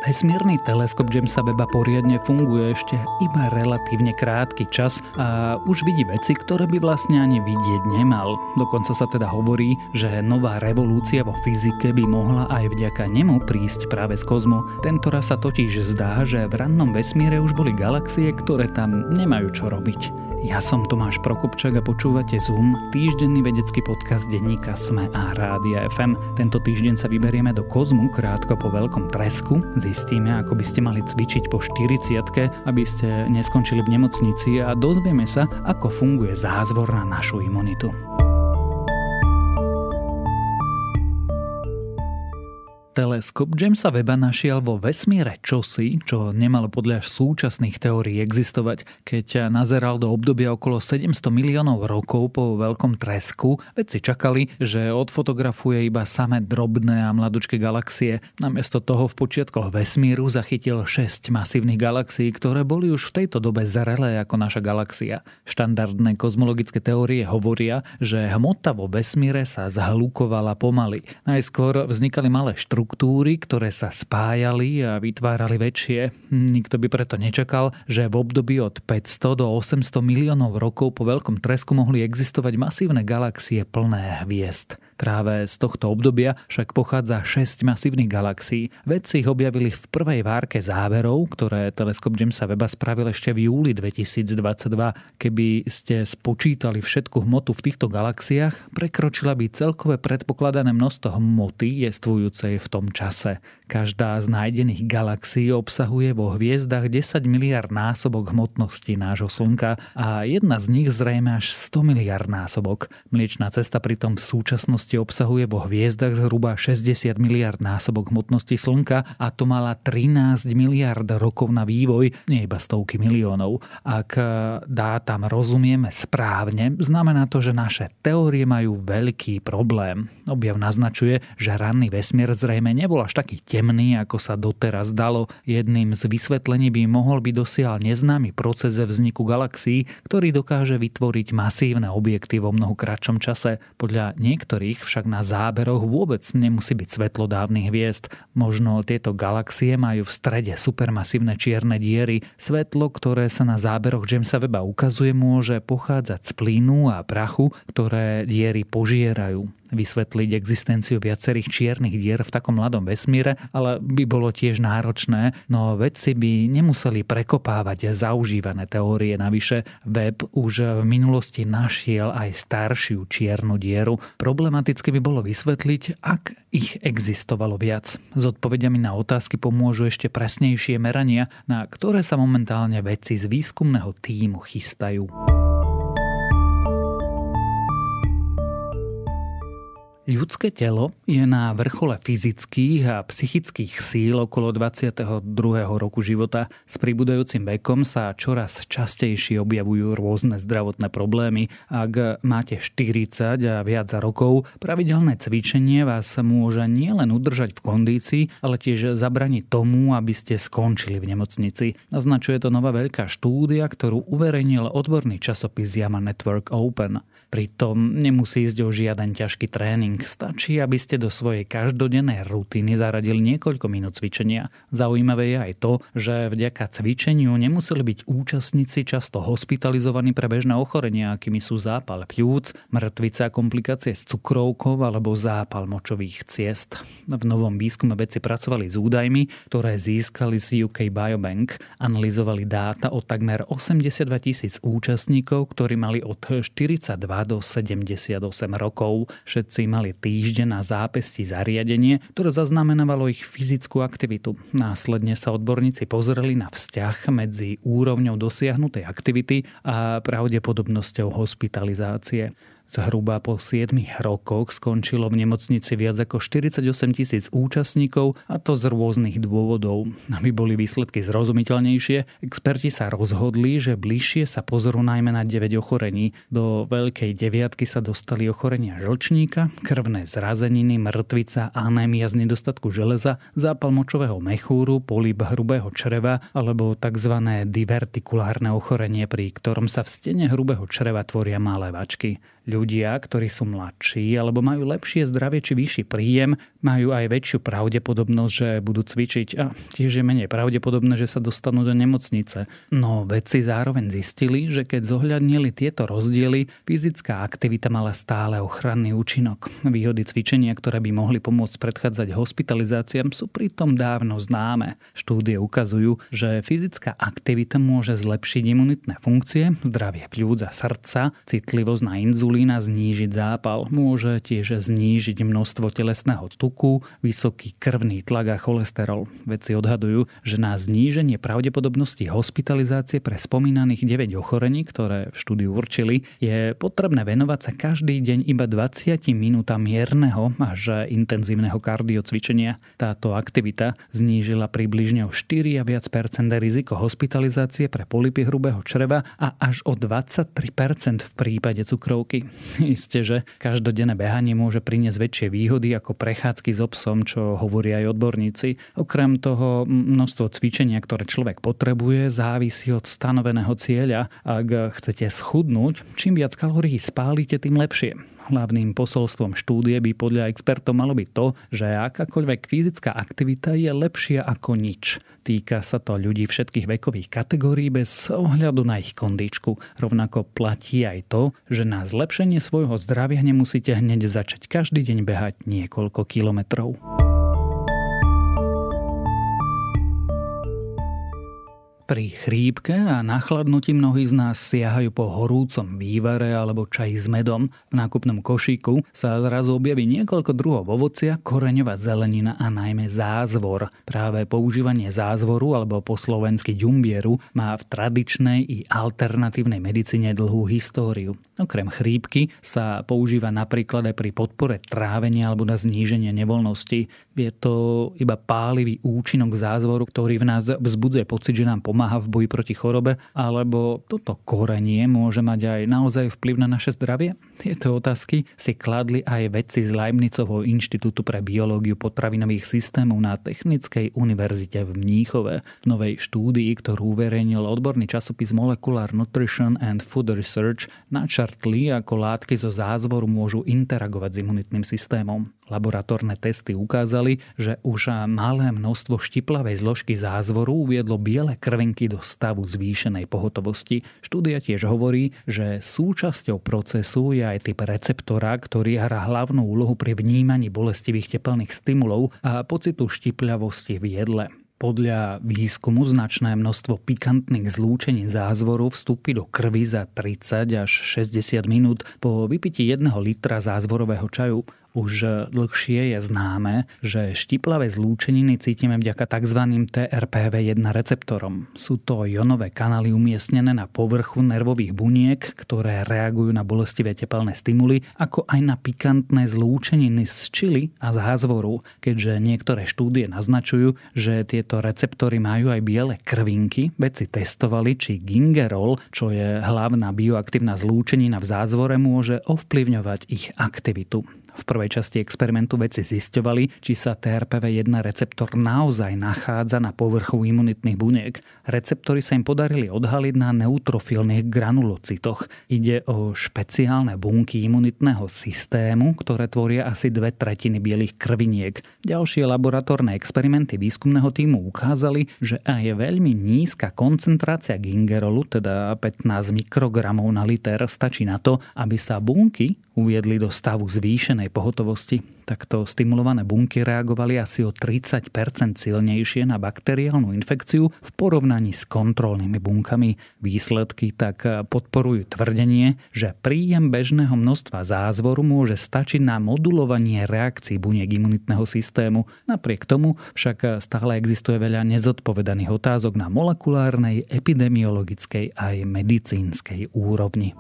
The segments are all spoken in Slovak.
Vesmírny teleskop Jamesa Webba poriadne funguje ešte iba relatívne krátky čas a už vidí veci, ktoré by vlastne ani vidieť nemal. Dokonca sa teda hovorí, že nová revolúcia vo fyzike by mohla aj vďaka nemu prísť práve z kozmu. Tentoraz sa totiž zdá, že v rannom vesmíre už boli galaxie, ktoré tam nemajú čo robiť. Ja som Tomáš Prokopčák a počúvate Zoom, týždenný vedecký podcast denníka SME a Rádia FM. Tento týždeň sa vyberieme do kozmu krátko po veľkom tresku. Zistíme, ako by ste mali cvičiť po 40-ke, aby ste neskončili v nemocnici a dozvieme sa, ako funguje zázvor na našu imunitu. Teleskop Jamesa Webba našiel vo vesmíre čosi, čo nemalo podľa súčasných teórií existovať. Keď nazeral do obdobia okolo 700 miliónov rokov po veľkom tresku, vedci čakali, že odfotografuje iba samé drobné a mladučké galaxie. Namiesto toho v počiatkoch vesmíru zachytil 6 masívnych galaxií, ktoré boli už v tejto dobe zrelé ako naša galaxia. Štandardné kozmologické teórie hovoria, že hmota vo vesmíre sa zhlukovala pomaly. Najskôr vznikali malé štruktúry, ktoré sa spájali a vytvárali väčšie. Nikto by preto nečakal, že v období od 500 do 800 miliónov rokov po veľkom tresku mohli existovať masívne galaxie plné hviezd. Práve z tohto obdobia však pochádza 6 masívnych galaxií. Vedci ich objavili v prvej várke záverov, ktoré teleskop Jamesa Webba spravil ešte v júli 2022. Keby ste spočítali všetku hmotu v týchto galaxiách, prekročila by celkové predpokladané množstvo hmoty jestvujúcej v tom čase. Každá z nájdených galaxií obsahuje vo hviezdach 10 miliard násobok hmotnosti nášho Slnka a jedna z nich zrejme až 100 miliard násobok. Mliečna cesta pritom v súčasnosti obsahuje vo hviezdach zhruba 60 miliard násobok hmotnosti Slnka a to mala 13 miliard rokov na vývoj, nie iba stovky miliónov. Ak dátam rozumieme správne, znamená to, že naše teórie majú veľký problém. Objav naznačuje, že ranný vesmír zrejme nebol až taký temný, ako sa doteraz dalo. Jedným z vysvetlení by mohol byť dosiaľ neznámy proces vzniku galaxií, ktorý dokáže vytvoriť masívne objekty vo mnoho kratšom čase. Podľa niektorých však na záberoch vôbec nemusí byť svetlo dávnych hviezd. Možno tieto galaxie majú v strede supermasívne čierne diery. Svetlo, ktoré sa na záberoch Jamesa Webba ukazuje, môže pochádzať z plynu a prachu, ktoré diery požierajú. Vysvetliť existenciu viacerých čiernych dier v takom mladom vesmíre, ale by bolo tiež náročné, no vedci by nemuseli prekopávať zaužívané teórie. Navyše Webb už v minulosti našiel aj staršiu čiernu dieru. Problematické by bolo vysvetliť, ak ich existovalo viac. S odpovediami na otázky pomôžu ešte presnejšie merania, na ktoré sa momentálne vedci z výskumného tímu chystajú. Ľudské telo je na vrchole fyzických a psychických síl okolo 22. roku života. S pribúdajúcim vekom sa čoraz častejšie objavujú rôzne zdravotné problémy. Ak máte 40 a viac rokov, pravidelné cvičenie vás môže nielen udržať v kondícii, ale tiež zabraniť tomu, aby ste skončili v nemocnici. Naznačuje to nová veľká štúdia, ktorú uverejnil odborný časopis JAMA Network Open. Pritom nemusí ísť o žiaden ťažký tréning. Stačí, aby ste do svojej každodennej rutiny zaradili niekoľko minút cvičenia. Zaujímavé je aj to, že vďaka cvičeniu nemuseli byť účastníci často hospitalizovaní pre bežné ochorenia, akými sú zápal pľúc, mŕtvica, komplikácie s cukrovkou alebo zápal močových ciest. V novom výskume vedci pracovali s údajmi, ktoré získali z UK Biobank. Analyzovali dáta od takmer 82 000 účastníkov, ktorí mali od 42 do 78 rokov. Všetci mali týždeň na zápesti zariadenie, ktoré zaznamenávalo ich fyzickú aktivitu. Následne sa odborníci pozreli na vzťah medzi úrovňou dosiahnutej aktivity a pravdepodobnosťou hospitalizácie. Zhruba po 7 rokoch skončilo v nemocnici viac ako 48 000 účastníkov, a to z rôznych dôvodov. Aby boli výsledky zrozumiteľnejšie, experti sa rozhodli, že bližšie sa pozorú najmä na 9 ochorení. Do veľkej deviatky sa dostali ochorenia žlčníka, krvné zrazeniny, mŕtvica, anémia z nedostatku železa, zápal močového mechúru, polip hrubého čreva alebo tzv. Divertikulárne ochorenie, pri ktorom sa v stene hrubého čreva tvoria malé vačky. Ľudia, ktorí sú mladší alebo majú lepšie zdravie či vyšší príjem, majú aj väčšiu pravdepodobnosť, že budú cvičiť a tiež je menej pravdepodobné, že sa dostanú do nemocnice. No vedci zároveň zistili, že keď zohľadnili tieto rozdiely, fyzická aktivita mala stále ochranný účinok. Výhody cvičenia, ktoré by mohli pomôcť predchádzať hospitalizáciám, sú pritom dávno známe. Štúdie ukazujú, že fyzická aktivita môže zlepšiť imunitné funkcie, zdravie pľúc a srdca, citlivosť na inzulín a znížiť zápal. Môže tiež znížiť množstvo telesného tuku, vysoký krvný tlak a cholesterol. Vedci odhadujú, že na zníženie pravdepodobnosti hospitalizácie pre spomínaných 9 ochorení, ktoré v štúdiu určili, je potrebné venovať sa každý deň iba 20 minútam mierneho až intenzívneho kardiocvičenia. Táto aktivita znížila približne o 4 a viac percent riziko hospitalizácie pre polypy hrubého čreva a až o 23% v prípade cukrovky. Isté, že každodenné behanie môže priniesť väčšie výhody ako prechádzky s obsom, čo hovoria aj odborníci. Okrem toho množstvo cvičenia, ktoré človek potrebuje, závisí od stanoveného cieľa. Ak chcete schudnúť, čím viac kalórií spálite, tým lepšie. Hlavným posolstvom štúdie by podľa expertov malo byť to, že akákoľvek fyzická aktivita je lepšia ako nič. Týka sa to ľudí všetkých vekových kategórií bez ohľadu na ich kondičku. Rovnako platí aj to, že na zlepšenie svojho zdravia nemusíte hneď začať každý deň behať niekoľko kilometrov. Pri chrípke a nachladnutí mnohí z nás siahajú po horúcom vývare alebo čaji s medom. V nákupnom košíku sa zrazu objaví niekoľko druhov ovocia, koreňová zelenina a najmä zázvor. Práve používanie zázvoru alebo po slovensky ďumbieru má v tradičnej i alternatívnej medicíne dlhú históriu. Okrem chrípky sa používa napríklad aj pri podpore trávenia alebo na zníženie nevoľnosti. Je to iba pálivý účinok zázvoru, ktorý v nás vzbudzuje pocit, že nám pomáha v boji proti chorobe, alebo toto korenie môže mať aj naozaj vplyv na naše zdravie? Tieto otázky si kladli aj vedci z Leibnizovho inštitútu pre biológiu potravinových systémov na Technickej univerzite v Mníchove. V novej štúdii, ktorú uverejnil odborný časopis Molecular Nutrition and Food Research, načrtli, ako látky zo zázvoru môžu interagovať s imunitným systémom. Laboratórne testy ukázali, že už malé množstvo štiplavej zložky zázvoru uviedlo biele krvinky do stavu zvýšenej pohotovosti. Štúdia tiež hovorí, že súčasťou procesu je aj typ receptora, ktorý hrá hlavnú úlohu pri vnímaní bolestivých tepelných stimulov a pocitu štipľavosti v jedle. Podľa výskumu značné množstvo pikantných zlúčení zázvoru vstúpi do krvi za 30 až 60 minút po vypití 1 litra zázvorového čaju. Už dlhšie je známe, že štiplavé zlúčeniny cítime vďaka tzv. TRPV1 receptorom. Sú to ionové kanály umiestnené na povrchu nervových buniek, ktoré reagujú na bolestivé tepelné stimuly, ako aj na pikantné zlúčeniny z čili a zázvoru, keďže niektoré štúdie naznačujú, že tieto receptory majú aj biele krvinky. Vedci testovali, či gingerol, čo je hlavná bioaktívna zlúčenina v zázvore, môže ovplyvňovať ich aktivitu. V prvej časti experimentu vedci zisťovali, či sa TRPV1 receptor naozaj nachádza na povrchu imunitných buniek. Receptory sa im podarili odhaliť na neutrofilných granulocitoch. Ide o špeciálne bunky imunitného systému, ktoré tvoria asi 2/3 bielých krviniek. Ďalšie laboratórne experimenty výskumného tímu ukázali, že aj veľmi nízka koncentrácia gingerolu, teda 15 mikrogramov na liter, stačí na to, aby sa bunky uviedli do stavu zvýšenej pohotovosti. Takto stimulované bunky reagovali asi o 30% silnejšie na bakteriálnu infekciu v porovnaní s kontrolnými bunkami. Výsledky tak podporujú tvrdenie, že príjem bežného množstva zázvoru môže stačiť na modulovanie reakcií buniek imunitného systému. Napriek tomu však stále existuje veľa nezodpovedaných otázok na molekulárnej, epidemiologickej aj medicínskej úrovni.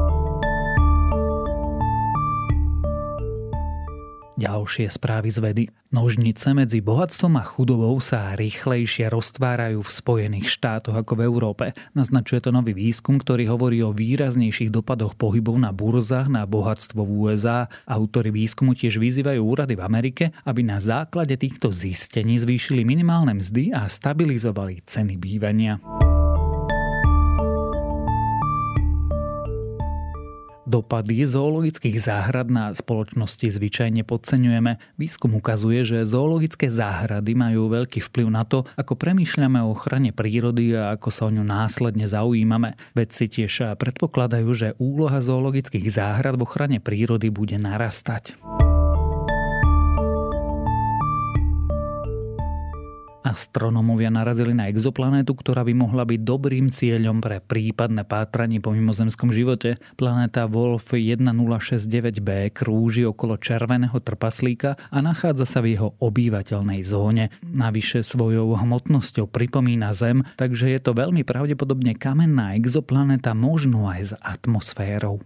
Ďalšie správy z vedy. Nožnice medzi bohatstvom a chudobou sa rýchlejšie roztvárajú v Spojených štátoch ako v Európe. Naznačuje to nový výskum, ktorý hovorí o výraznejších dopadoch pohybov na burzách na bohatstvo v USA. Autori výskumu tiež vyzývajú úrady v Amerike, aby na základe týchto zistení zvýšili minimálne mzdy a stabilizovali ceny bývania. Dopady zoologických záhrad na spoločnosti zvyčajne podceňujeme. Výskum ukazuje, že zoologické záhrady majú veľký vplyv na to, ako premýšľame o ochrane prírody a ako sa o ňu následne zaujímame. Vedci tiež predpokladajú, že úloha zoologických záhrad v ochrane prírody bude narastať. Astronómovia narazili na exoplanétu, ktorá by mohla byť dobrým cieľom pre prípadné pátranie po mimozemskom živote. Planéta Wolf 1069b krúži okolo červeného trpaslíka a nachádza sa v jeho obývateľnej zóne. Navyše svojou hmotnosťou pripomína Zem, takže je to veľmi pravdepodobne kamenná exoplanéta, možno aj s atmosférou.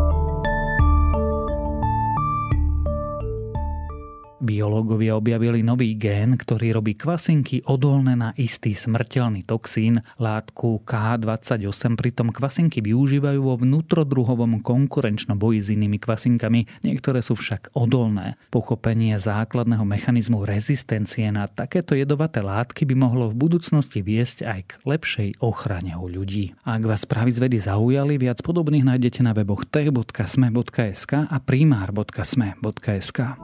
Biológovia objavili nový gén, ktorý robí kvasinky odolné na istý smrteľný toxín, látku K28. Pritom kvasinky využívajú vo vnútrodruhovom konkurenčnom boji s inými kvasinkami. Niektoré sú však odolné. Pochopenie základného mechanizmu rezistencie na takéto jedovaté látky by mohlo v budúcnosti viesť aj k lepšej ochrane ľudí. Ak vás správy z vedy zaujali, viac podobných nájdete na weboch tech.sme.sk a primár.sme.sk.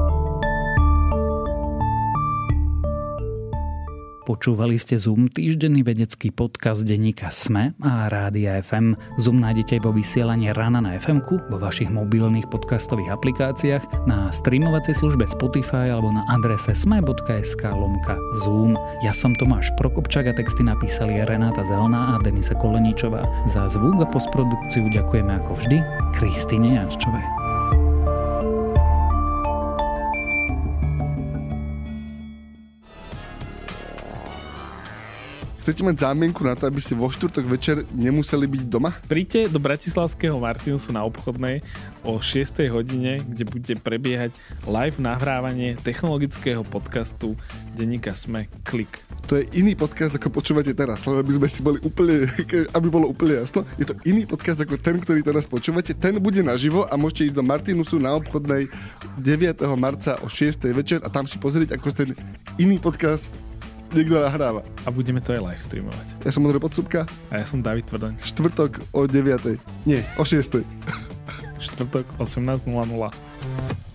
Počúvali ste Zoom, týždenný vedecký podcast denníka SME a Rádia FM. Zoom nájdete vo vysielaní rána na FM-ku, vo vašich mobilných podcastových aplikáciách, na streamovacej službe Spotify alebo na adrese sme.sk/Zoom. Ja som Tomáš Prokopčák a texty napísali Renáta Zelná a Denisa Koleničová. Za zvuk a postprodukciu ďakujeme ako vždy Kristine Janščovej. Chcete mať zámienku na to, aby ste vo štvrtok večer nemuseli byť doma? Príďte do bratislavského Martinusu na Obchodnej o 6. hodine, kde bude prebiehať live nahrávanie technologického podcastu denníka SME Klik. To je iný podcast, ako počúvate teraz, lebo aby sme si boli úplne, aby bolo úplne jasno. Je to iný podcast ako ten, ktorý teraz počúvate. Ten bude naživo a môžete ísť do Martinusu na Obchodnej 9. marca o 6. večer a tam si pozrieť, ako ten iný podcast niekto nahráva. A budeme to aj live streamovať. Ja som Ondrej Podsúbka. A ja som David Tvrdoň. Štvrtok o 9. Nie, o 6. Štvrtok 18:00.